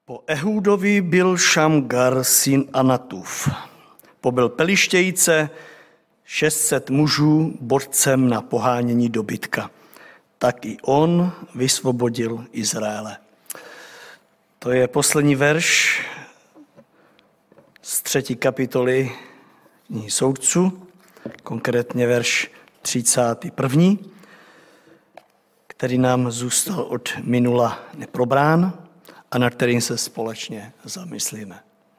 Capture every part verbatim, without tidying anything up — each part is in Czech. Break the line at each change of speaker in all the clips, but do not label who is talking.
Po Ehudovi byl Šamgar, syn Anatův. Pobyl Pelištějce šest set mužů borcem na pohánění dobytka. Tak i on vysvobodil Izraele. To je poslední verš z třetí kapitoly knihy Soudců, konkrétně verš třicátý první, který nám zůstal od minula neprobrán a nad kterým se společně zamyslíme.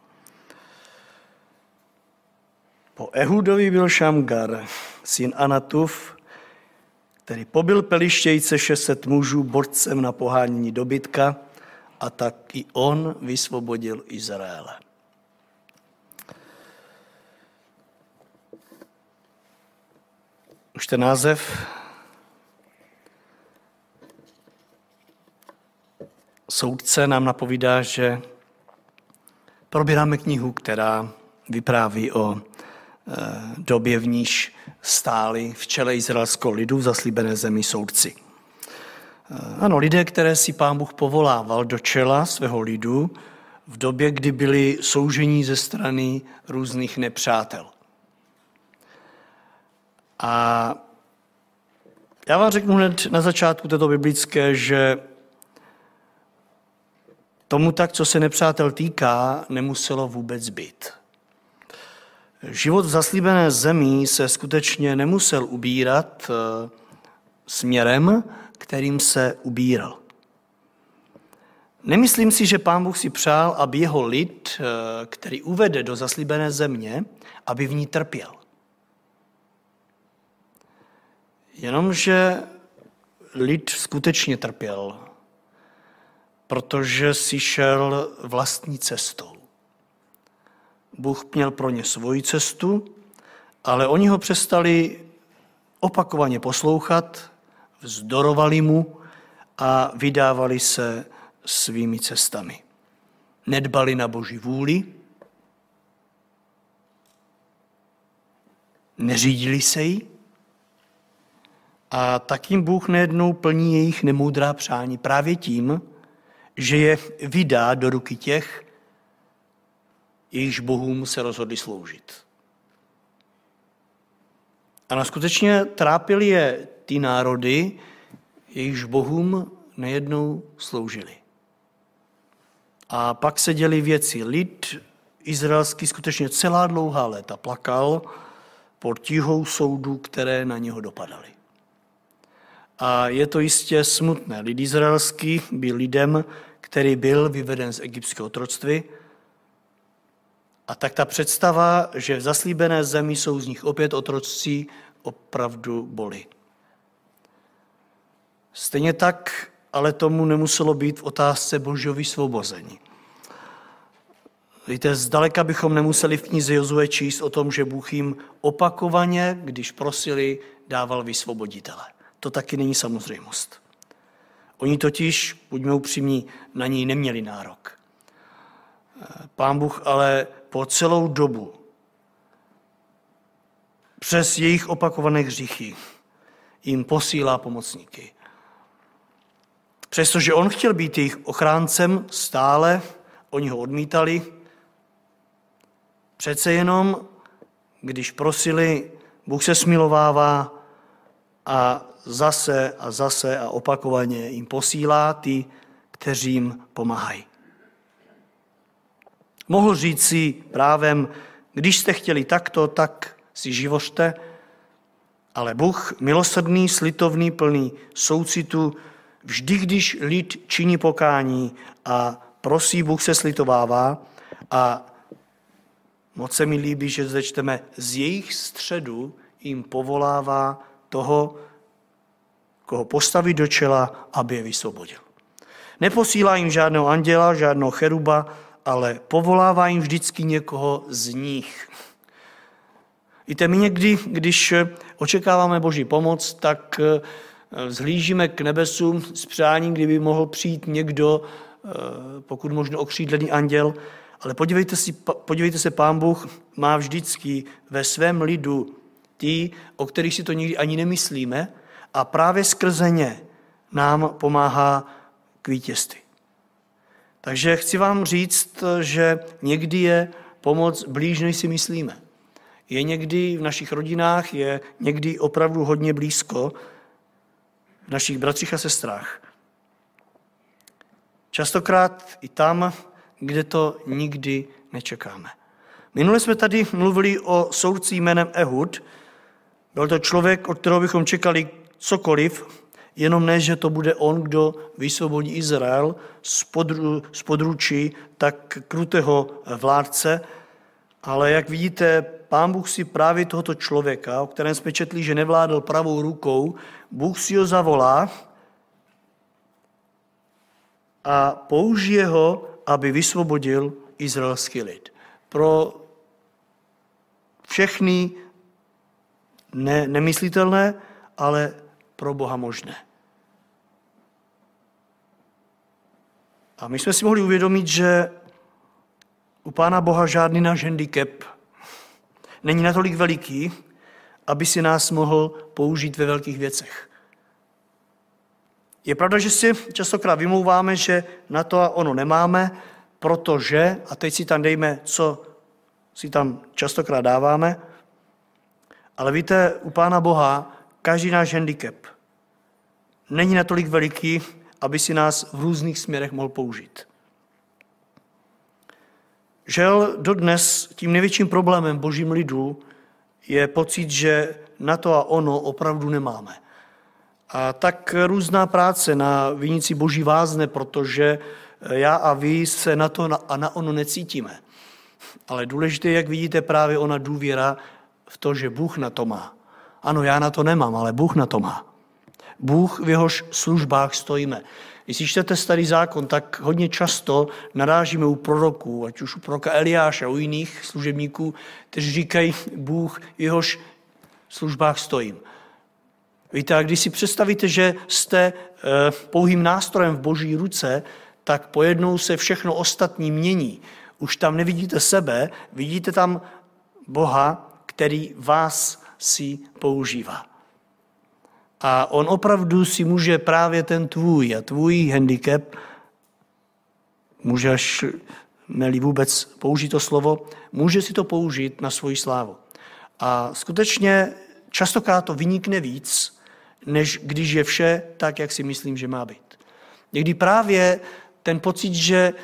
Po Ehudovi byl Šamgar, syn Anatův, který pobyl Pelištějce šest set mužů borcem na pohánění dobytka, a tak i on vysvobodil Izraele. Už ten název Soudce nám napovídá, že probíráme knihu, která vypráví o době, v níž stáli v čele izraelského lidu v zaslíbené zemi soudci. Ano, lidé, které si Pán Bůh povolával do čela svého lidu v době, kdy byli soužení ze strany různých nepřátel. A já vám řeknu hned na začátku této biblické, že tomu tak, co se nepřátel týká, nemuselo vůbec být. Život v zaslíbené zemi se skutečně nemusel ubírat směrem, kterým se ubíral. Nemyslím si, že Pán Bůh si přál, aby jeho lid, který uvede do zaslíbené země, aby v ní trpěl. Jenomže lid skutečně trpěl, protože si šel vlastní cestou. Bůh měl pro ně svoji cestu, ale oni ho přestali opakovaně poslouchat, vzdorovali mu a vydávali se svými cestami. Nedbali na Boží vůli, neřídili se jí a tak jim Bůh nejednou plní jejich nemoudrá přání právě tím, že je vydá do ruky těch, jejichž bohům se rozhodli sloužit. A skutečně trápili je ty národy, jejichž bohům nejednou sloužili. A pak se děly věci. Lid izraelský skutečně celá dlouhá léta plakal pod tíhou soudů, které na něho dopadaly. A je to jistě smutné. Lid izraelský byl lidem, který byl vyveden z egyptského otroctví. A tak ta představa, že v zaslíbené zemi jsou z nich opět otroctví, opravdu bolí. Stejně tak, ale tomu nemuselo být v otázce Božího vysvobození. Víte, zdaleka bychom nemuseli v knize Jozue číst o tom, že Bůh jim opakovaně, když prosili, dával vysvoboditele. To taky není samozřejmost. Oni totiž, buďme upřímní, na něj neměli nárok. Pán Bůh ale po celou dobu přes jejich opakované hříchy jim posílá pomocníky. Přestože on chtěl být jejich ochráncem stále, oni ho odmítali. Přece jenom, když prosili, Bůh se smilovává a zase a zase a opakovaně jim posílá ty, kteří jim pomáhají. Mohl říct si právem, když jste chtěli takto, tak si živořte, ale Bůh milosrdný, slitovný, plný soucitu, vždy, když lid činí pokání a prosí, Bůh se slitovává a moc se mi líbí, že zde čteme, z jejich středu jim povolává toho, koho postaví do čela, aby je vysvobodil. Neposílá jim žádného anděla, žádného cheruba, ale povolává jim vždycky někoho z nich. Víte, my někdy, když očekáváme Boží pomoc, tak vzhlížíme k nebesům s přáním, kdyby mohl přijít někdo, pokud možno okřídlený anděl, ale podívejte, si, podívejte se, Pán Bůh má vždycky ve svém lidu ty, o kterých si to nikdy ani nemyslíme, a právě skrze ně nám pomáhá k vítězství. Takže chci vám říct, že někdy je pomoc blíž, než si myslíme. Je někdy v našich rodinách, je někdy opravdu hodně blízko v našich bratřích a sestrách. Častokrát i tam, kde to nikdy nečekáme. Minule jsme tady mluvili o soudci jménem Ehud. Byl to člověk, od kterého bychom čekali cokoliv, jenom ne, že to bude on, kdo vysvobodí Izrael z, podru, z područí tak krutého vládce, ale jak vidíte, Pán Bůh si právě tohoto člověka, o kterém jsme četli, že nevládl pravou rukou, Bůh si ho zavolá a použije ho, aby vysvobodil izraelský lid. Pro všechny ne, nemyslitelné, ale pro Boha možné. A my jsme si mohli uvědomit, že u Pána Boha žádný náš handicap není natolik veliký, aby si nás mohl použít ve velkých věcech. Je pravda, že si častokrát vymlouváme, že na to a ono nemáme, protože, a teď si tam dejme, co si tam častokrát dáváme, ale víte, u Pána Boha každý náš handicap není natolik veliký, aby si nás v různých směrech mohl použít. Žel dodnes tím největším problémem božím lidu je pocit, že na to a ono opravdu nemáme. A tak různá práce na vinici boží vázne, protože já a vy se na to a na ono necítíme. Ale důležité, jak vidíte, právě ona důvěra v to, že Bůh na to má. Ano, já na to nemám, ale Bůh na to má. Bůh v jehož službách stojíme. Když si čtete Starý zákon, tak hodně často narážíme u proroků, ať už u proroka Eliáše, u jiných služebníků, kteří říkají, Bůh v jehož službách stojím. Víte, a když si představíte, že jste pouhým nástrojem v boží ruce, tak pojednou se všechno ostatní mění. Už tam nevidíte sebe, vidíte tam Boha, který vás si používá. A on opravdu si může právě ten tvůj a tvůj handicap, můžeš, ne-li vůbec použít to slovo, může si to použít na svoji slávu. A skutečně častokrát to vynikne víc, než když je vše tak, jak si myslím, že má být. Někdy právě ten pocit, že e,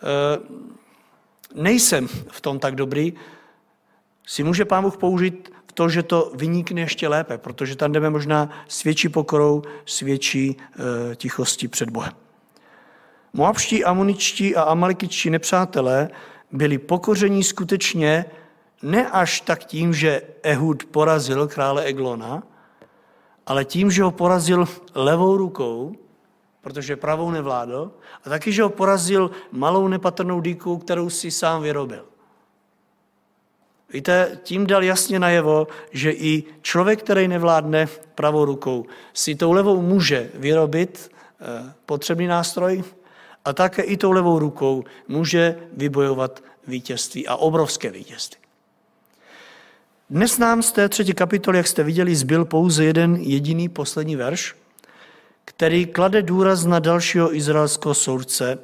nejsem v tom tak dobrý, si může Pán Bůh použít v to, že to vynikne ještě lépe, protože tam jdeme možná s větší pokorou, s větší e, tichostí před Bohem. Moabští, amoničtí a amalekičtí nepřátelé byli pokoření skutečně ne až tak tím, že Ehud porazil krále Eglona, ale tím, že ho porazil levou rukou, protože pravou nevládl, a taky, že ho porazil malou nepatrnou dýkou, kterou si sám vyrobil. Víte, tím dal jasně najevo, že i člověk, který nevládne pravou rukou, si tou levou může vyrobit eh, potřebný nástroj a také i tou levou rukou může vybojovat vítězství a obrovské vítězství. Dnes nám z té třetí kapitoly, jak jste viděli, zbyl pouze jeden jediný poslední verš, který klade důraz na dalšího izraelského soudce,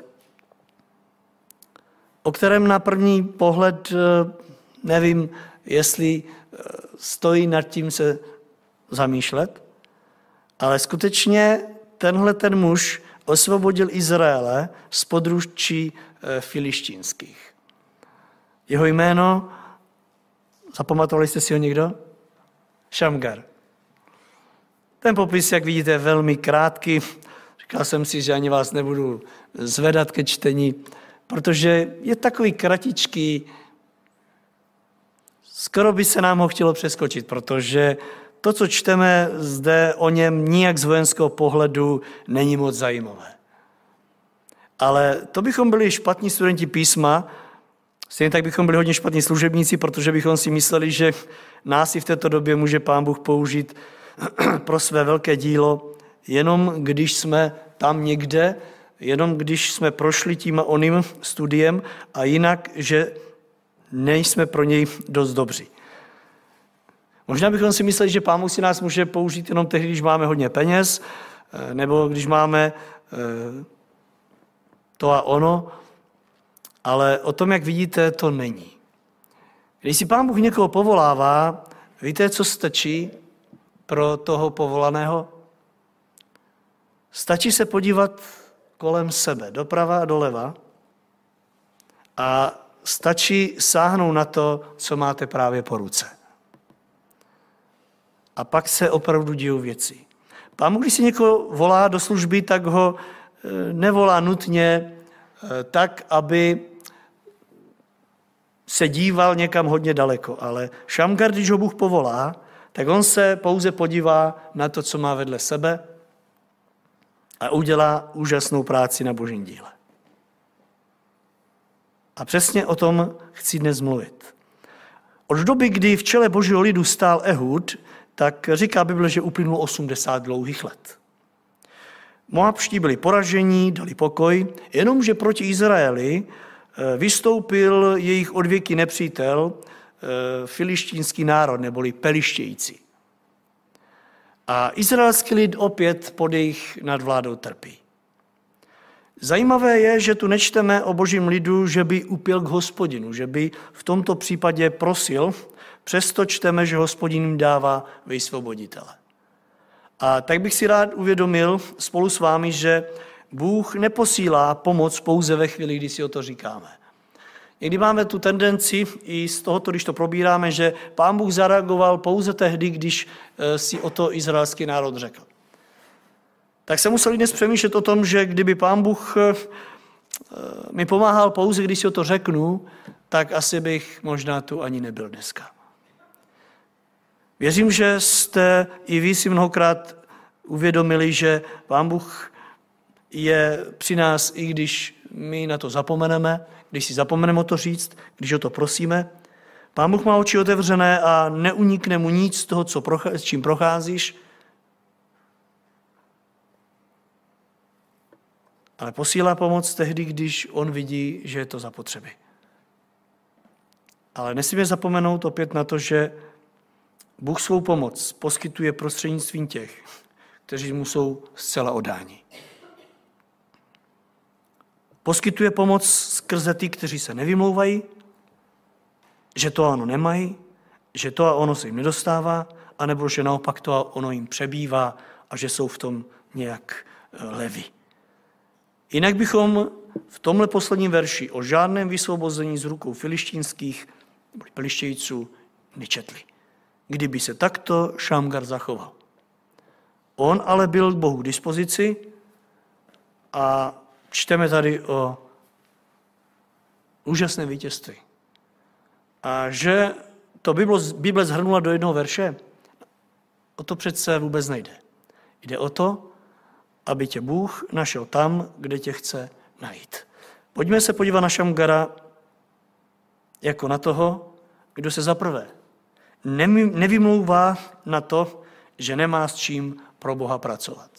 o kterém na první pohled nevím, jestli stojí nad tím se zamýšlet, ale skutečně tenhle ten muž osvobodil Izraele z područí filištínských. Jeho jméno, zapamatovali jste si ho někdo? Šamgar. Ten popis, jak vidíte, je velmi krátký. Říkal jsem si, že ani vás nebudu zvedat ke čtení, protože je takový kratičký, skoro by se nám ho chtělo přeskočit, protože to, co čteme zde o něm, nijak z vojenského pohledu není moc zajímavé. Ale to bychom byli špatní studenti písma, stejně tak bychom byli hodně špatní služebníci, protože bychom si mysleli, že nás i v této době může Pán Bůh použít pro své velké dílo, jenom když jsme tam někde, jenom když jsme prošli tím a oným studiem a jinak, že nejsme pro něj dost dobří. Možná bychom si mysleli, že Pán Bůh si nás může použít jenom tehdy, když máme hodně peněz, nebo když máme to a ono, ale o tom, jak vidíte, to není. Když si Pán Bůh někoho povolává, víte, co stačí pro toho povolaného? Stačí se podívat kolem sebe, doprava a doleva, a stačí sáhnout na to, co máte právě po ruce. A pak se opravdu dějou věci. Pán Bůh, když si někoho volá do služby, tak ho nevolá nutně tak, aby se díval někam hodně daleko, ale Šamgar, když ho Bůh povolá, tak on se pouze podívá na to, co má vedle sebe a udělá úžasnou práci na Božím díle. A přesně o tom chci dnes mluvit. Od doby, kdy v čele Božího lidu stál Ehud, tak říká Bible, že uplynulo osmdesát dlouhých let. Moabští byli poražení, dali pokoj, jenomže proti Izraeli vystoupil jejich odvěký nepřítel, filištínský národ, neboli Pelištějci. A izraelský lid opět pod jejich nadvládou trpí. Zajímavé je, že tu nečteme o Božím lidu, že by upěl k Hospodinu, že by v tomto případě prosil, přesto čteme, že Hospodin jim dává vysvoboditele. A tak bych si rád uvědomil spolu s vámi, že Bůh neposílá pomoc pouze ve chvíli, kdy si o to říkáme. Někdy máme tu tendenci i z tohoto, když to probíráme, že Pán Bůh zareagoval pouze tehdy, když si o to izraelský národ řekl. Tak jsem musel dnes přemýšlet o tom, že kdyby Pán Bůh mi pomáhal pouze, když si o to řeknu, tak asi bych možná tu ani nebyl dneska. Věřím, že jste i vy si mnohokrát uvědomili, že Pán Bůh je při nás, i když my na to zapomeneme, když si zapomeneme o to říct, když o to prosíme. Pán Bůh má oči otevřené a neunikne mu nic z toho, co prochá, s čím procházíš, ale posílá pomoc tehdy, když on vidí, že je to zapotřebí. Ale nesmíme zapomenout opět na to, že Bůh svou pomoc poskytuje prostřednictvím těch, kteří mu jsou zcela oddáni. Poskytuje pomoc skrze ty, kteří se nevymlouvají, že to a ono nemají, že to a ono se jim nedostává, anebo že naopak to a ono jim přebývá a že jsou v tom nějak leví. Jinak bychom v tomhle posledním verši o žádném vysvobození z rukou filištínských Pelištějců nečetli. Kdyby se takto Šamgar zachoval. On ale byl Bohu k dispozici a čteme tady o úžasném vítězství. A že to Bible shrnula do jednoho verše, o to přece vůbec nejde. Jde o to, aby tě Bůh našel tam, kde tě chce najít. Pojďme se podívat na Šamgara jako na toho, kdo se zaprvé nevymlouvá na to, že nemá s čím pro Boha pracovat.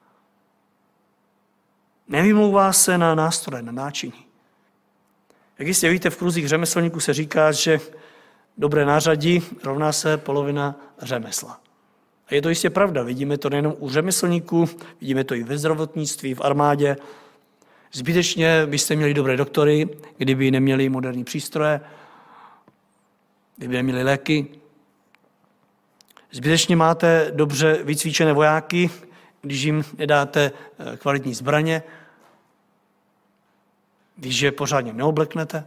Nevymlouvá se na nástroje, na náčiní. Jak jistě víte, v kruzích řemeslníků se říká, že dobré nářadí rovná se polovina řemesla. A je to jistě pravda. Vidíme to nejenom u řemeslníků, vidíme to i ve zdravotnictví, v armádě. Zbytečně byste měli dobré doktory, kdyby neměli moderní přístroje, kdyby neměli léky. Zbytečně máte dobře vycvičené vojáky, když jim nedáte kvalitní zbraně, když je pořádně neobleknete.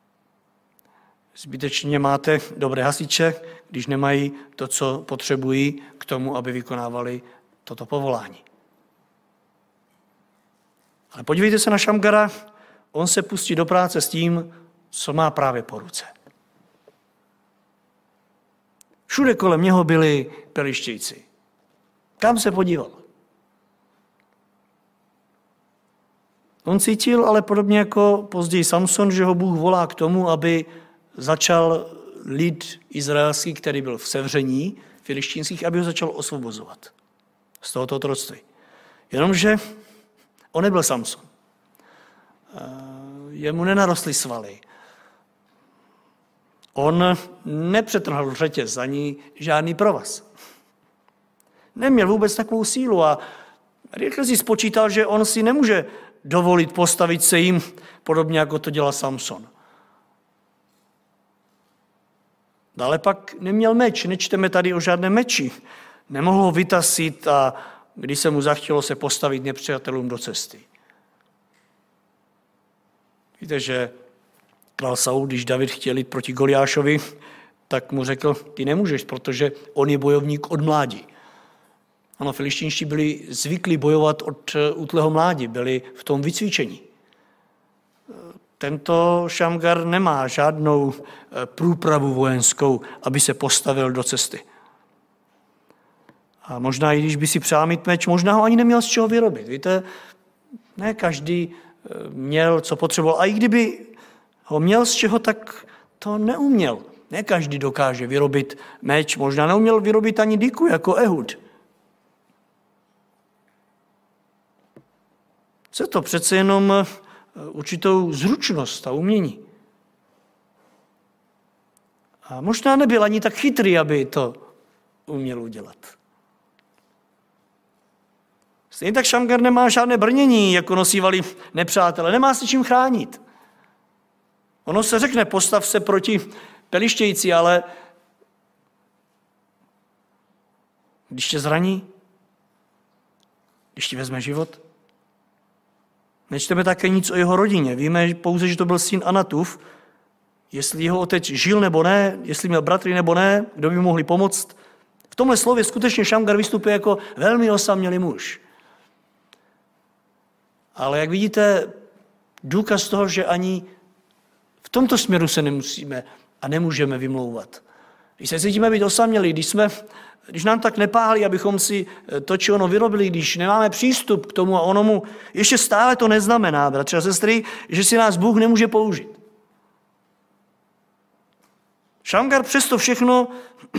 Zbytečně máte dobré hasiče, když nemají to, co potřebují k tomu, aby vykonávali toto povolání. Ale podívejte se na Šamgara, on se pustí do práce s tím, co má právě po ruce. Všude kolem něho byli Pelištějci. Kam se podíval? On cítil, ale podobně jako později Samson, že ho Bůh volá k tomu, aby začal lid izraelský, který byl v sevření filištínských, aby ho začal osvobozovat z tohoto otroctví. Jenomže on nebyl Samson. Jemu nenarostly svaly. On nepřetrhl řetěz ani žádný provaz. Neměl vůbec takovou sílu a rychle si spočítal, že on si nemůže dovolit postavit se jim, podobně jako to dělal Samson. Dále pak neměl meč, nečteme tady o žádném meči. Nemohl ho vytasit a když se mu zachtělo se postavit nepřátelům do cesty. Víte, že král Saul, když David chtěl jít proti Goliášovi, tak mu řekl, ty nemůžeš, protože on je bojovník od mládí. Ano, filištinští byli zvyklí bojovat od útlého mládí, byli v tom vycvičení. Tento Šamgar nemá žádnou průpravu vojenskou, aby se postavil do cesty. A možná i když by si přál mít meč, možná ho ani neměl z čeho vyrobit. Víte, ne každý měl, co potřeboval. A i kdyby ho měl z čeho, tak to neuměl. Ne každý dokáže vyrobit meč, možná neuměl vyrobit ani dyku jako Ehud. Co to přece jenom určitou zručnost a umění. A možná nebyl ani tak chytrý, aby to uměl udělat. Stejně tak Šamgar nemá žádné brnění, jako nosívali nepřátelé. Nemá se čím chránit. Ono se řekne, postav se proti pelištějci, ale když tě zraní, když ti vezme život. Nečteme také nic o jeho rodině. Víme pouze, že to byl syn Anatův. Jestli jeho otec žil nebo ne, jestli měl bratry nebo ne, kdo by mu mohli pomoct. V tomhle slově skutečně Šamgar vystupuje jako velmi osamělý muž. Ale jak vidíte, důkaz toho, že ani v tomto směru se nemusíme a nemůžeme vymlouvat. Když se cítíme být osamělí, když, jsme, když nám tak nepálí, abychom si to, či ono vyrobili, když nemáme přístup k tomu a onomu, ještě stále to neznamená, bratři a sestry, že si nás Bůh nemůže použít. Šamgar přesto všechno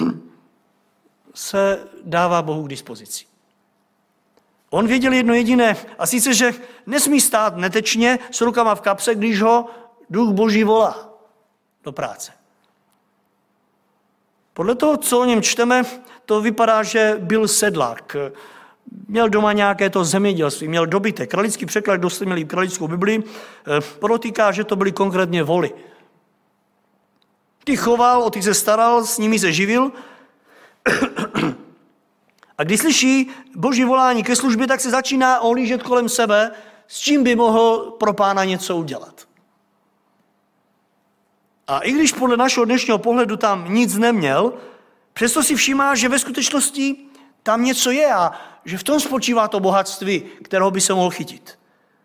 se dává Bohu k dispozici. On věděl jedno jediné, a sice, že nesmí stát netečně s rukama v kapse, když ho Duch Boží volá do práce. Podle toho, co o něm čteme, to vypadá, že byl sedlák. Měl doma nějaké to zemědělství, měl dobytek. Kralický překlad, kdo jste měli kralickou Bibli, podotýká, že to byly konkrétně voly. Ty choval, o ty se staral, s nimi se živil. A když slyší Boží volání ke službě, tak se začíná ohlížet kolem sebe, s čím by mohl pro Pána něco udělat. A i když podle našeho dnešního pohledu tam nic neměl, přesto si všímá, že ve skutečnosti tam něco je a že v tom spočívá to bohatství, kterého by se mohl chytit.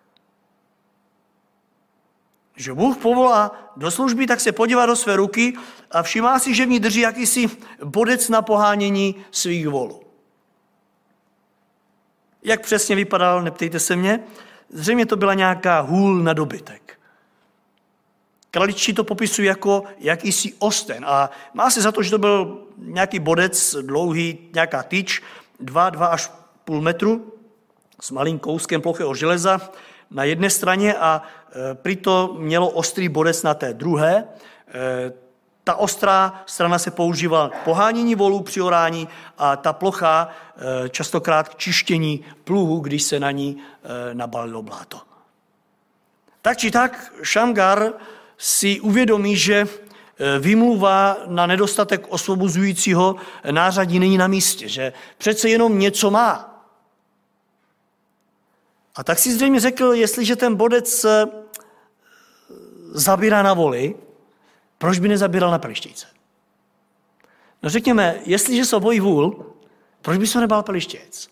Že Bůh povolá do služby, tak se podívá do své ruky a všimá si, že v ní drží jakýsi bodec na pohánění svých volů. Jak přesně vypadal, neptejte se mě, zřejmě to byla nějaká hůl na dobytek. Kraličtí to popisují jako jakýsi osten a má se za to, že to byl nějaký bodec dlouhý, nějaká tyč, dva, dva až půl metru s malým kouskem plochého železa na jedné straně a e, prito mělo ostrý bodec na té druhé. E, ta ostrá strana se používala k pohánění volů při orání a ta plochá e, častokrát k čištění pluhu, když se na ní e, nabalilo bláto. Tak či tak Šamgar si uvědomí, že výmluva na nedostatek osvobozujícího nářadí není na místě, že přece jenom něco má. A tak si zřejmě řekl, jestliže ten bodec zabírá na voli, proč by nezabíral na pelištějce? No řekněme, jestliže se bojí vůl, proč by se nebál pelištějec?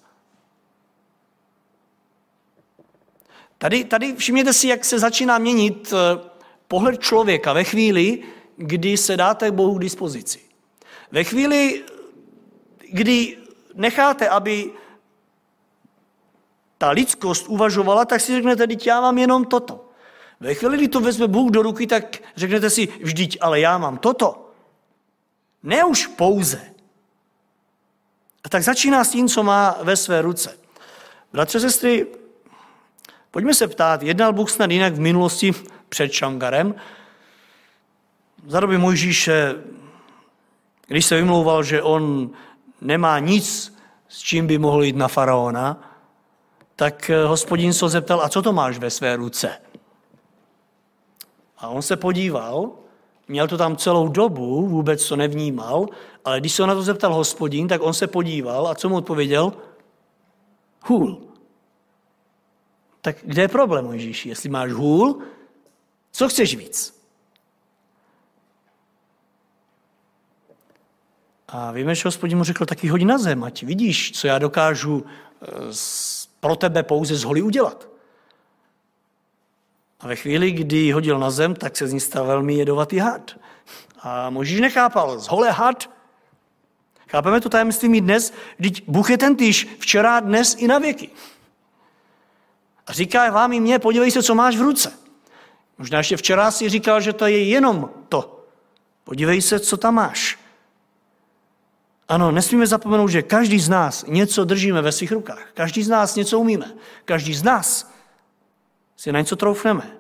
Tady, tady všimněte si, jak se začíná měnit pohled člověka ve chvíli, kdy se dáte Bohu k dispozici. Ve chvíli, kdy necháte, aby ta lidskost uvažovala, tak si řeknete, teď já mám jenom toto. Ve chvíli, kdy to vezme Bůh do ruky, tak řeknete si, vždyť, ale já mám toto. Ne už pouze. A tak začíná s tím, co má ve své ruce. Bratře, sestry, pojďme se ptát, jednal Bůh snad jinak v minulosti před Šamgarem? Za doby Mojžíše, když se vymlouval, že on nemá nic, s čím by mohl jít na faraona, tak Hospodin se ho zeptal, a co to máš ve své ruce? A on se podíval, měl to tam celou dobu, vůbec to nevnímal, ale když se ho na to zeptal Hospodin, tak on se podíval a co mu odpověděl? Hůl. Tak kde je problém, Mojžíši? Jestli máš hůl, co chceš víc? A víme, že Hospodin mu řekl, taky hoď na zem, ať vidíš, co já dokážu pro tebe pouze z holy udělat. A ve chvíli, kdy hodil na zem, tak se z ní stal velmi jedovatý had. A Mojžíš nechápal, z hole had. Chápeme to tajemství i dnes, vždyť Bůh je tentýž včera, dnes i na věky. A říká vám i mně, podívej se, co máš v ruce. Možná ještě včera si říkal, že to je jenom to. Podívej se, co tam máš. Ano, nesmíme zapomenout, že každý z nás něco držíme ve svých rukách. Každý z nás něco umíme. Každý z nás si na něco troufneme.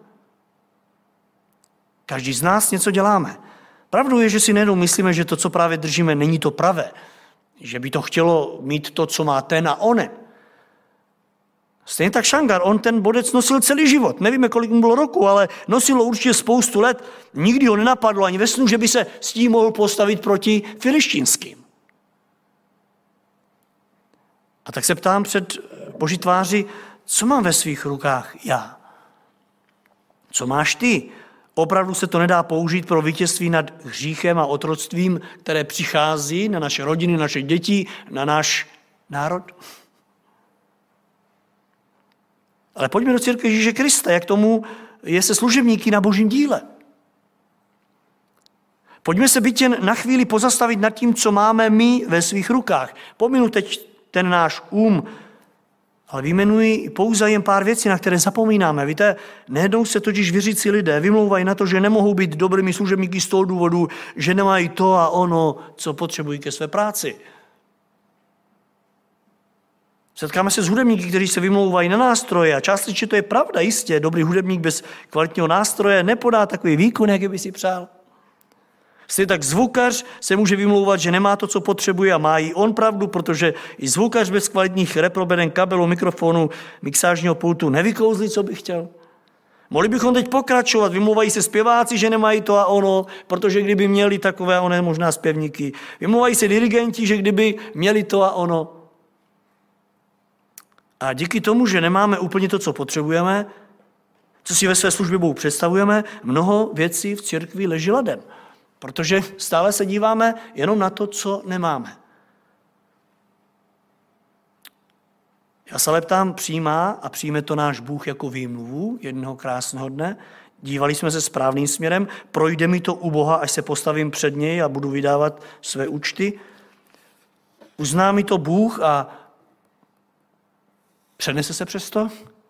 Každý z nás něco děláme. Pravdou je, že si nejednou myslíme, že to, co právě držíme, není to pravé. Že by to chtělo mít to, co má ten a onen. Stejně tak Šangar, on ten bodec nosil celý život. Nevíme, kolik mu bylo roku, ale nosil určitě spoustu let. Nikdy ho nenapadlo ani ve snu, že by se s tím mohl postavit proti filištínským. A tak se ptám před Boží tváři, co mám ve svých rukách já? Co máš ty? Opravdu se to nedá použít pro vítězství nad hříchem a otroctvím, které přichází na naše rodiny, naše děti, na náš národ? Ale pojďme do církve Ježíše Krista, jak tomu je se služebníky na Božím díle. Pojďme se byť jen na chvíli pozastavit nad tím, co máme my ve svých rukách. Pominu teď ten náš um, ale vyjmenuji pouze jen pár věcí, na které zapomínáme. Víte, nejednou se totiž věřící lidé vymlouvají na to, že nemohou být dobrými služebníky z toho důvodu, že nemají to a ono, co potřebují ke své práci. Setkáme se s hudebníky, kteří se vymlouvají na nástroje a částečně to je pravda, jistě. Dobrý hudebník bez kvalitního nástroje nepodá takový výkon, jaký by si přál. Stejně tak zvukař se může vymlouvat, že nemá to, co potřebuje a má i on pravdu, protože i zvukař bez kvalitních reprobeden, kabelů, mikrofonu, mixážního pultu nevykouzlí, co by chtěl. Mohli bychom teď pokračovat, vymlouvají se zpěváci, že nemají to a ono, protože kdyby měli takové a oné možná zpěvníky. Vymlouvají se dirigenti, že kdyby měli to a ono. A díky tomu, že nemáme úplně to, co potřebujeme, co si ve své službě Bohu představujeme, mnoho věcí v církvi leží ladem. Protože stále se díváme jenom na to, co nemáme. Já se ale ptám, přijímá a přijme to náš Bůh jako výmluvu jednoho krásného dne? Dívali jsme se správným směrem, projde mi to u Boha, až se postavím před něj a budu vydávat své účty? Uzná mi to Bůh a přenese se přesto?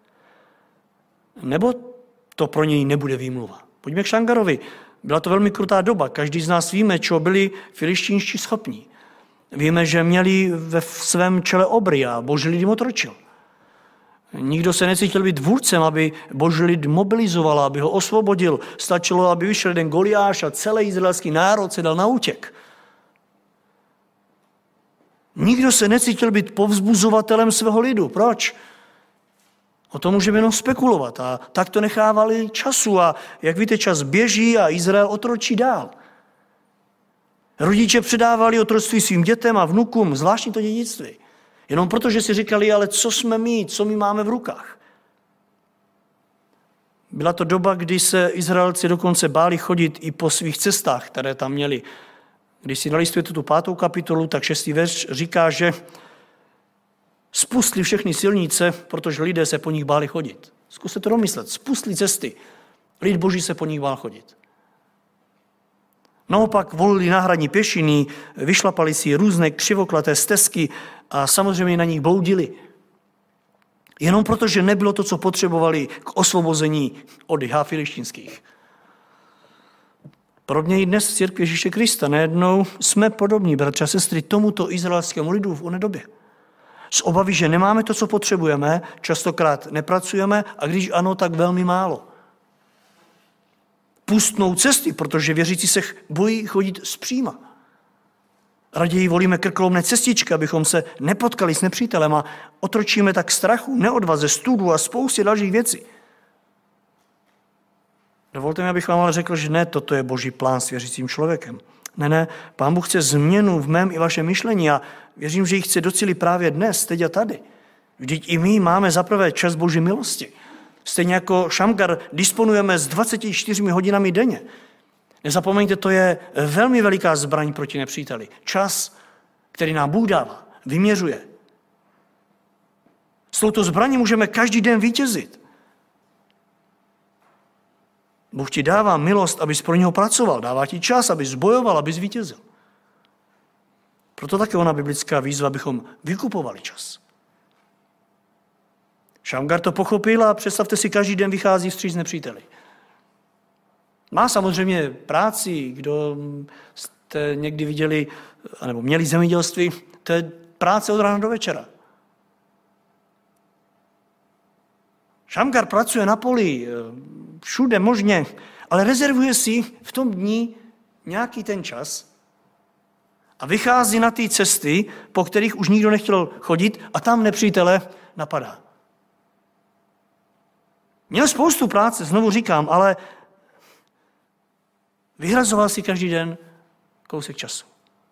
Nebo to pro něj nebude výmluva? Pojďme k Šangarovi. Byla to velmi krutá doba. Každý z nás víme, čeho byli filištínští schopní. Víme, že měli ve svém čele obry a Boží lid jim otročil. Nikdo se necítil být vůdcem, aby Boží lid mobilizoval, aby ho osvobodil. Stačilo, aby vyšel jeden Goliáš a celý izraelský národ se dal na útěk. Nikdo se necítil být povzbuzovatelem svého lidu. Proč? O tom můžeme jenom spekulovat a tak to nechávali času a jak víte, čas běží a Izrael otročí dál. Rodiče předávali otroctví svým dětem a vnukům, zvláštní to dědictví. Jenom proto, že si říkali, ale co jsme my, co my máme v rukách. Byla to doba, kdy se Izraelci dokonce báli chodit i po svých cestách, které tam měli. Když si nalistujete tu pátou kapitolu, tak šestý verš říká, že spustli všechny silnice, protože lidé se po nich báli chodit. Zkuste to domyslet. Spustli cesty. Lid Boží se po nich bál chodit. Naopak volili náhradní pěšiny, vyšlapali si různé křivoklaté stezky a samozřejmě na nich bloudili. Jenom proto, že nebylo to, co potřebovali k osvobození od jihá filištínských. Podobně i dnes v církvi Ježíše Krista nejednou jsme podobní, bratři a sestry, tomuto izraelskému lidu v oné době. Z obavy, že nemáme to, co potřebujeme, častokrát nepracujeme a když ano, tak velmi málo. Pustnou cesty, protože věřící se bojí chodit zpříma. Raději volíme krkolomné cestičky, abychom se nepotkali s nepřítelem a otročíme tak strachu, neodvaze, studu a spoustě dalších věcí. Dovolte mi, abych vám ale řekl, že ne, toto je Boží plán s věřícím člověkem. Ne, ne, Pán Bůh chce změnu v mém i vašem myšlení a věřím, že ji chce docílit právě dnes, teď a tady. Vždyť i my máme zaprvé čas Boží milosti. Stejně jako Šamgar disponujeme s dvaceti čtyřmi hodinami denně. Nezapomeňte, to je velmi veliká zbraň proti nepříteli. Čas, který nám Bůh dává, vyměřuje. S touto zbraní můžeme každý den vítězit. Bůh ti dává milost, abys pro něho pracoval. Dává ti čas, abys bojoval, abys vítězil. Proto také ona biblická výzva, abychom vykupovali čas. Šamgar to pochopil a představte si, každý den vychází vstříc nepříteli. Má samozřejmě práci, kdo jste někdy viděli, nebo měli zemědělství, to je práce od rána do večera. Šamgar pracuje na poli, všude možně, ale rezervuje si v tom dní nějaký ten čas a vychází na ty cesty, po kterých už nikdo nechtěl chodit a tam nepřítele napadá. Měl spoustu práce, znovu říkám, ale vyhrazoval si každý den kousek času.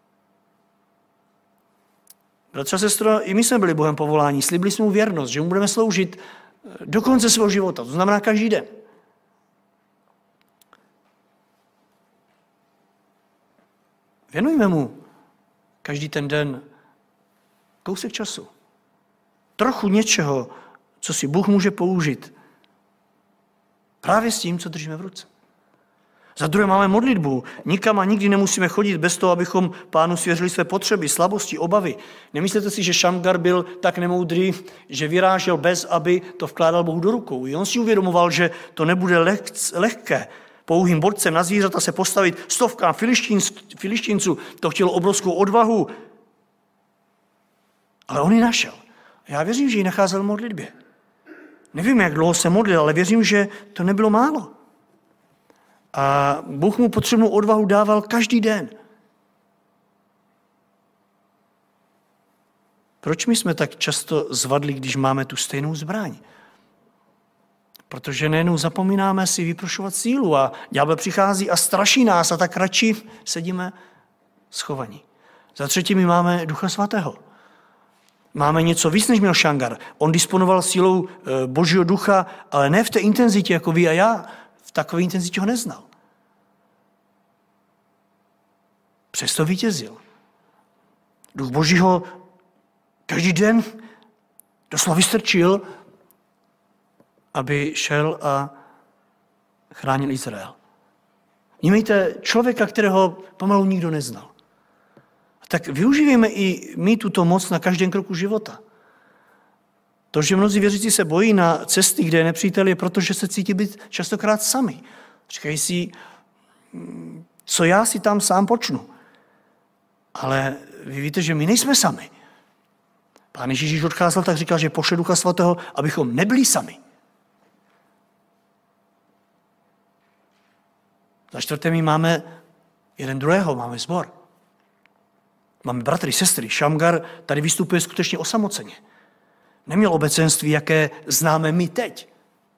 Bratře a sestro, i my jsme byli Bohem povoláni, slibili jsme mu věrnost, že mu budeme sloužit do konce svého života, to znamená každý den. Věnujme mu každý ten den kousek času. Trochu něčeho, co si Bůh může použít právě s tím, co držíme v ruce. Za druhé máme modlitbu. Nikam a nikdy nemusíme chodit bez toho, abychom Pánu svěřili své potřeby, slabosti, obavy. Nemyslete si, že Šamgar byl tak nemoudrý, že vyrážel bez, aby to vkládal Bohu do rukou. I on si uvědomoval, že to nebude lehké. Pouhým borcem na zvířata se postavit stovkám filištínců. To chtělo obrovskou odvahu. Ale on ji našel. Já věřím, že ji nacházel v modlitbě. Nevím, jak dlouho se modlil, ale věřím, že to nebylo málo. A Bůh mu potřebnou odvahu dával každý den. Proč my jsme tak často zvadli, když máme tu stejnou zbraň? Protože nejenom zapomínáme si vyprošovat sílu a ďábel přichází a straší nás a tak radši sedíme schovaní. Za třetí my máme Ducha Svatého. Máme něco víc, než měl Šamgar. On disponoval sílou Božího ducha, ale ne v té intenzitě, jako vy a já. V takové intenzitě ho neznal. Přesto vítězil. Duch Božího každý den doslova vystrčil, aby šel a chránil Izrael. Vnímejte člověka, kterého pomalu nikdo neznal. Tak využijeme i my tuto moc na každém kroku života. To, že mnozí věřící se bojí na cesty, kde je nepřítel, je proto, že se cítí být častokrát sami. Říkají si, co já si tam sám počnu. Ale vy víte, že my nejsme sami. Pán Ježíš odcházel, tak říkal, že pošle Ducha Svatého, abychom nebyli sami. Za čtvrté my máme jeden druhého, máme sbor. Máme bratry, sestry. Šamgar tady vystupuje skutečně osamoceně. Neměl obecenství, jaké známe my teď.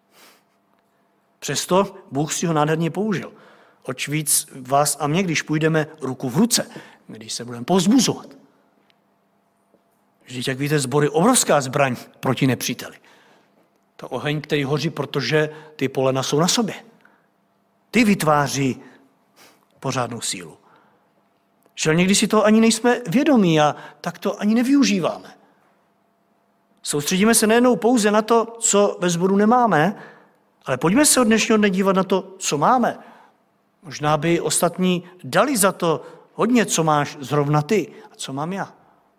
Přesto Bůh si ho nádherně použil. Oč víc vás a mě, když půjdeme ruku v ruce, když se budeme povzbuzovat. Vždyť, jak víte, sbor je obrovská zbraň proti nepříteli. To oheň, který hoří, protože ty polena jsou na sobě. Ty vytváří pořádnou sílu. Že někdy si toho ani nejsme vědomí a tak to ani nevyužíváme. Soustředíme se nejenom pouze na to, co ve sboru nemáme, ale pojďme se od dnešního dne dívat na to, co máme. Možná by ostatní dali za to hodně, co máš zrovna ty a co mám já.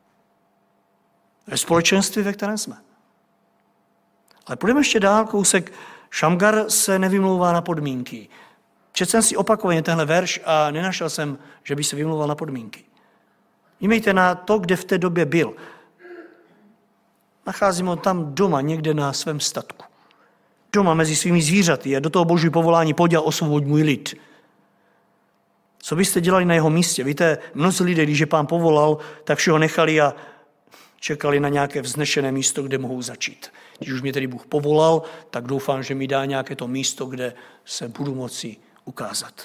Ve společenství, ve kterém jsme. Ale půjdeme ještě dál, kousek. Šamgar se nevymlouvá na podmínky. Četl jsem si opakovaně tenhle verš a nenašel jsem, že by se vymlouval na podmínky. Vnímejte na to, kde v té době byl. Nacházíme ho tam doma, někde na svém statku. Doma mezi svými zvířaty a do toho Boží povolání pojď a osvoboď můj lid. Co byste dělali na jeho místě? Víte, mnozí lidé, když je Pán povolal, tak všeho nechali a čekali na nějaké vznešené místo, kde mohou začít. Když už mě tedy Bůh povolal, tak doufám, že mi dá nějaké to místo, kde se budu moci ukázat.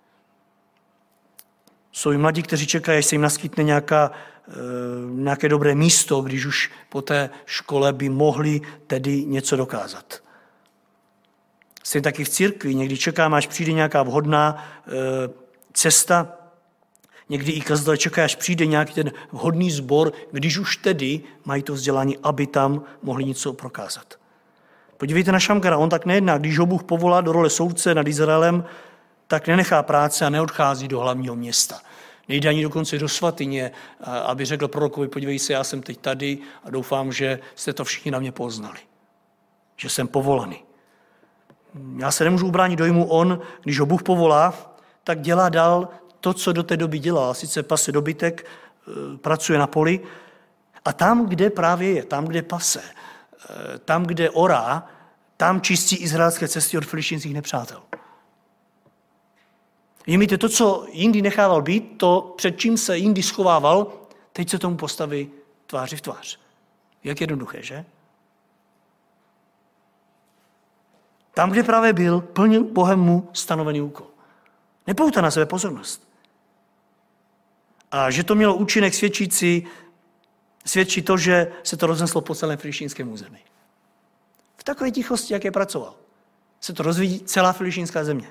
Jsou i mladí, kteří čekají, až se jim naskytne nějaká, e, nějaké dobré místo, když už po té škole by mohli tedy něco dokázat. Jsem taky v církvi, někdy čekáme, až přijde nějaká vhodná e, cesta, někdy i kazatelé čekají, až přijde nějaký ten vhodný sbor, když už tedy mají to vzdělání, aby tam mohli něco prokázat. Podívejte na Šamgara, on tak nejedná, když ho Bůh povolá do role soudce nad Izraelem, tak nenechá práce a neodchází do hlavního města. Nejde ani dokonce do svatyně, aby řekl prorokovi, podívej se, já jsem teď tady a doufám, že jste to všichni na mě poznali. Že jsem povolaný. Já se nemůžu ubránit dojmu, on, když ho Bůh povolá, tak dělá dál to, co do té doby dělal. Sice pase dobytek, pracuje na poli a tam, kde právě je, tam, kde pase, tam, kde orá, tam čistí izraelské cesty od filištinských nepřátel. Víte, to, co jindy nechával být, to, před čím se jindy schovával, teď se tomu postaví tváři v tvář. Jak jednoduché, že? Tam, kde právě byl, plnil Bohem mu stanovený úkol. Nepoutá na sebe pozornost. A že to mělo účinek svědčící, svědčí to, že se to rozneslo po celém filištinském území. V takové tichosti, jaké pracoval, se to rozvíjí celá filištinská země.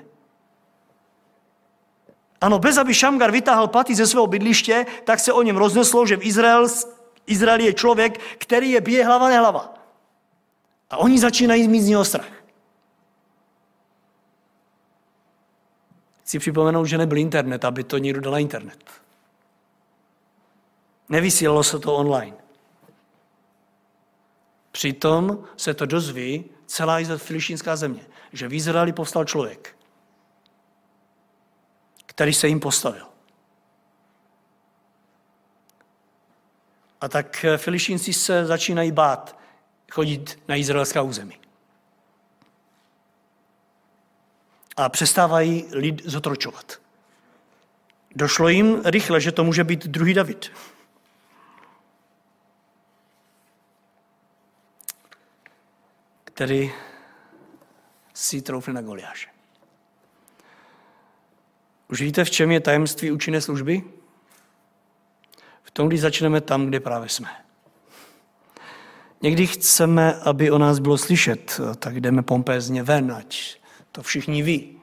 Ano, bez aby Šamgar vytáhl paty ze svého bydliště, tak se o něm rozneslo, že v Izrael, Izrael je člověk, který je bije hlava nehlava. A oni začínají mít z něho strach. Chci připomenout, že nebyl internet, aby to někdo dal na internet. Nevysílalo se to online. Přitom se to dozví celá filištinská země, že v Izraeli povstal člověk, který se jim postavil. A tak Filištinci se začínají bát chodit na izraelská území. A přestávají lid zotročovat. Došlo jim rychle, že to může být druhý David. Který si troufne na Goliáše. Už víte, v čem je tajemství účinné služby? V tom, když začneme tam, kde právě jsme. Někdy chceme, aby o nás bylo slyšet, tak jdeme pompézně ven, ať to všichni ví.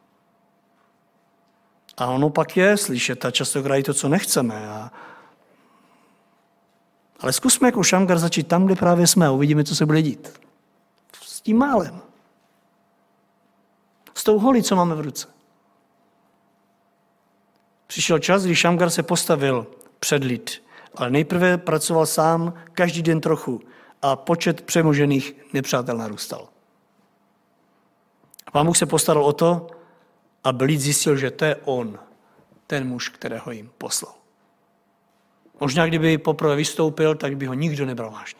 A ono pak je slyšet a častokrát i to, co nechceme. A... Ale zkusme jako Šamgar začít tam, kde právě jsme a uvidíme, co se bude dít. S tím málem. S tou holí, co máme v ruce. Přišel čas, kdy Šamgar se postavil před lid, ale nejprve pracoval sám každý den trochu a počet přemožených nepřátel narůstal. Pán Bůh se postaral o to, aby lid zjistil, že to je on, ten muž, kterého jim poslal. Možná, kdyby poprvé vystoupil, tak by ho nikdo nebral vážně.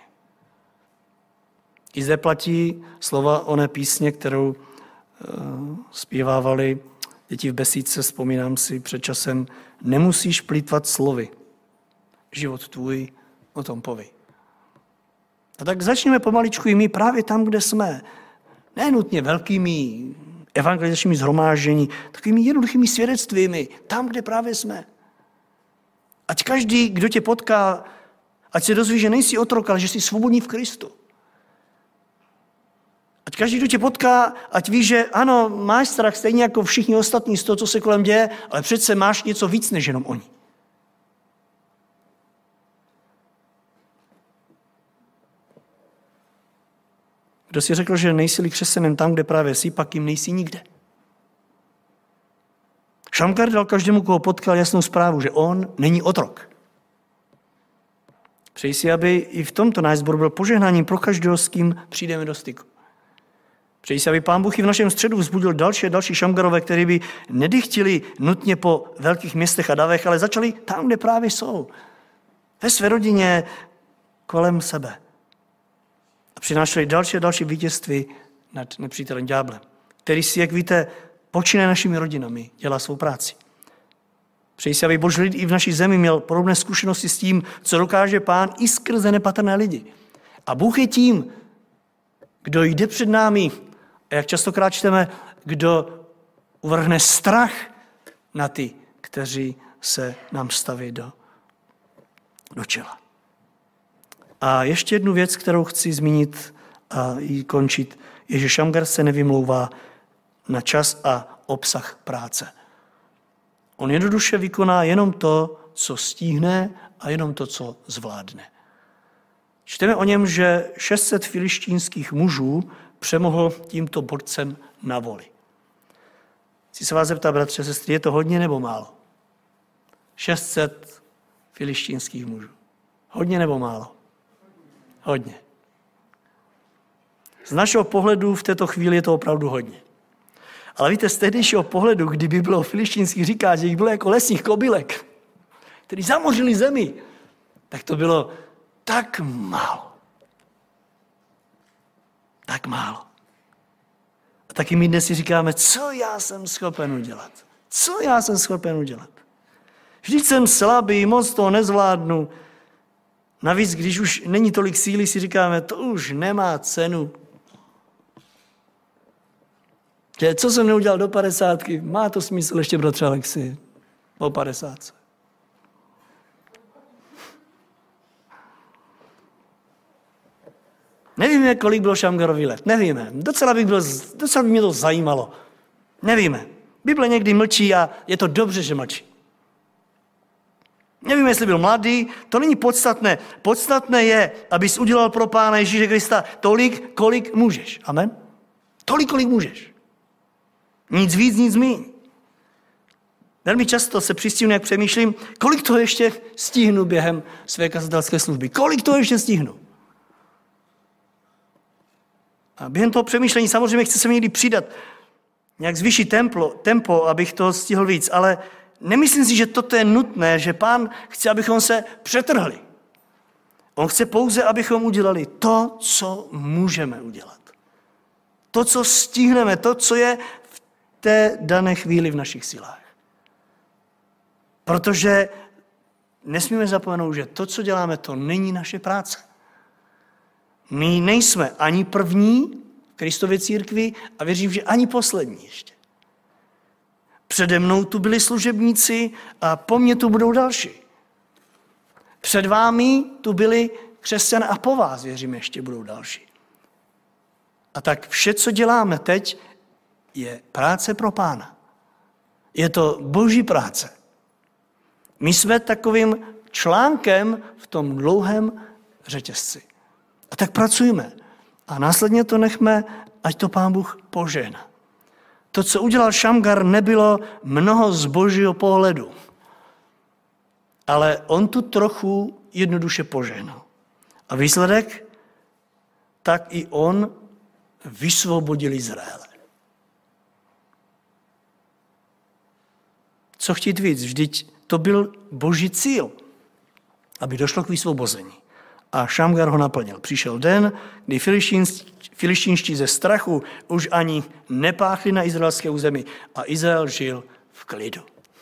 I zde platí slova oné písně, kterou uh, zpívávali děti v besídce, vzpomínám si před časem, nemusíš plýtvat slovy. Život tvůj o tom poví. A tak začneme pomaličku i my právě tam, kde jsme. Ne nutně velkými evangelizačními shromáždění, takovými jednoduchými svědectvími, tam, kde právě jsme. Ať každý, kdo tě potká, ať se dozví, že nejsi otrok, ale že jsi svobodný v Kristu. Ať každý, kdo tě potká, ať ví, že ano, máš strach stejně jako všichni ostatní z toho, co se kolem děje, ale přece máš něco víc než jenom oni. Kdo si řekl, že nejsi křesťanem tam, kde právě jsi, pak jim nejsi nikde. Šamgar dal každému, koho potkal, jasnou zprávu, že on není otrok. Přeji si, aby i v tomto náš sbor byl požehnáním pro každého, s kým přijdeme do styku. Přeji si, aby Pán Bůh i v našem středu vzbudil další a další Šamgarové, kteří by nedychtili nutně po velkých městech a davech, ale začali tam, kde právě jsou. Ve své rodině, kolem sebe. A přinášeli další a další vítězství nad nepřítelem ďáblem, který si, jak víte, počínaje našimi rodinami, dělá svou práci. Přeji si, aby Boží lid i v naší zemi měl podobné zkušenosti s tím, co dokáže Pán i skrze nepatrné lidi. A Bůh je tím, kdo jde před námi, a jak častokrát čteme, kdo uvrhne strach na ty, kteří se nám staví do, do čela. A ještě jednu věc, kterou chci zmínit a ji končit, je, že Šamgar se nevymlouvá na čas a obsah práce. On jednoduše vykoná jenom to, co stihne a jenom to, co zvládne. Čteme o něm, že šest set filištínských mužů přemohl tímto borcem na voli. Chci se vás zeptat, bratře, sestry, je to hodně nebo málo? šest set filištínských mužů. Hodně nebo málo? Hodně. Z našeho pohledu v této chvíli je to opravdu hodně. Ale víte, z tehdejšího pohledu, kdyby bylo filištínských, říká, že jich bylo jako lesních kobylek, kteří zamořili zemi, tak to bylo tak málo. Tak málo. A taky my dnes si říkáme, co já jsem schopen udělat? Co já jsem schopen udělat? Vždyť jsem slabý, moc toho nezvládnu. Navíc, když už není tolik síly, si říkáme, to už nemá cenu. Že co jsem neudělal do padesátky, má to smysl ještě, bratře Alexi, po padesátce. Nevíme, kolik bylo Šamgarovi let, nevíme. Docela by, bylo, docela by mě to zajímalo. Nevíme. Bible někdy mlčí a je to dobře, že mlčí. Nevíme, jestli byl mladý, to není podstatné. Podstatné je, abys udělal pro Pána Ježíše Krista tolik, kolik můžeš. Amen? Tolik, kolik můžeš. Nic víc, nic míň. Velmi často se přistihnu, jak přemýšlím, kolik toho ještě stihnu během své kazatelské služby. Kolik toho ještě stihnu. A během toho přemýšlení samozřejmě chce se mi někdy přidat, nějak zvýšit tempo, tempo, abych toho stihl víc, ale nemyslím si, že toto je nutné, že Pán chce, abychom se přetrhli. On chce pouze, abychom udělali to, co můžeme udělat. To, co stihneme, to, co je v té dané chvíli v našich silách. Protože nesmíme zapomenout, že to, co děláme, to není naše práce. My nejsme ani první v Kristově církvi a věřím, že ani poslední ještě. Přede mnou tu byli služebníci a po mně tu budou další. Před vámi tu byli křesťané a po vás, věřím, ještě budou další. A tak vše, co děláme teď, je práce pro Pána. Je to Boží práce. My jsme takovým článkem v tom dlouhém řetězci. A tak pracujeme. A následně to nechme, ať to Pán Bůh požehná. To, co udělal Šamgar, nebylo mnoho z Božího pohledu. Ale on tu trochu jednoduše požehnal. A výsledek? Tak i on vysvobodil Izraele. Co chtít víc? Vždyť to byl Boží cíl, aby došlo k vysvobození. A Šamgar ho naplnil. Přišel den, kdy filištínští ze strachu už ani nepáchli na izraelské území a Izrael žil v klidu.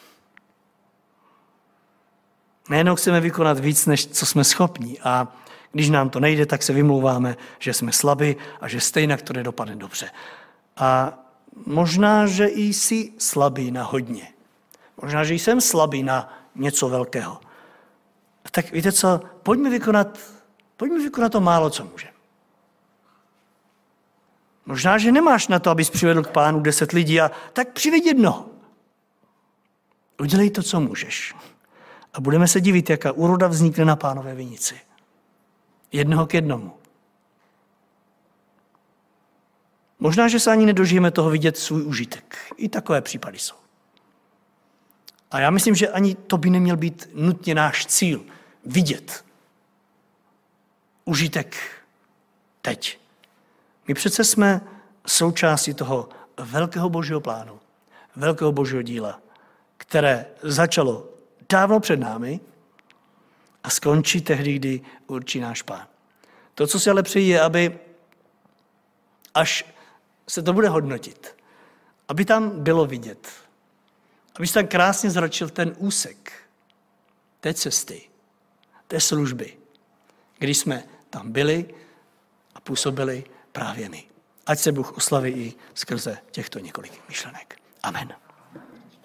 Nejenom chceme vykonat víc, než co jsme schopni, a když nám to nejde, tak se vymlouváme, že jsme slabí a že stejně to nedopadne dobře. A možná, že i jsi slabý na hodně. Možná, že jsem slabý na něco velkého. Tak víte co, pojďme vykonat, pojďme vykonat to málo, co můžeme. Možná, že nemáš na to, abys přivedl k Pánu deset lidí, a tak přiveď jednoho. Udělej to, co můžeš. A budeme se divit, jaká úroda vznikne na Pánové vinici. Jednoho k jednomu. Možná, že se ani nedožijeme toho vidět svůj užitek. I takové případy jsou. A já myslím, že ani to by neměl být nutně náš cíl. Vidět užitek teď. My přece jsme součástí toho velkého Božího plánu, velkého Božího díla, které začalo dávno před námi a skončí tehdy, kdy určí náš Pán. To, co si ale přeji, je, aby až se to bude hodnotit, aby tam bylo vidět, Aby se tam krásně zračil ten úsek té cesty, té služby, kdy jsme tam byli a působili právě my. Ať se Bůh oslaví i skrze těchto několik myšlenek. Amen.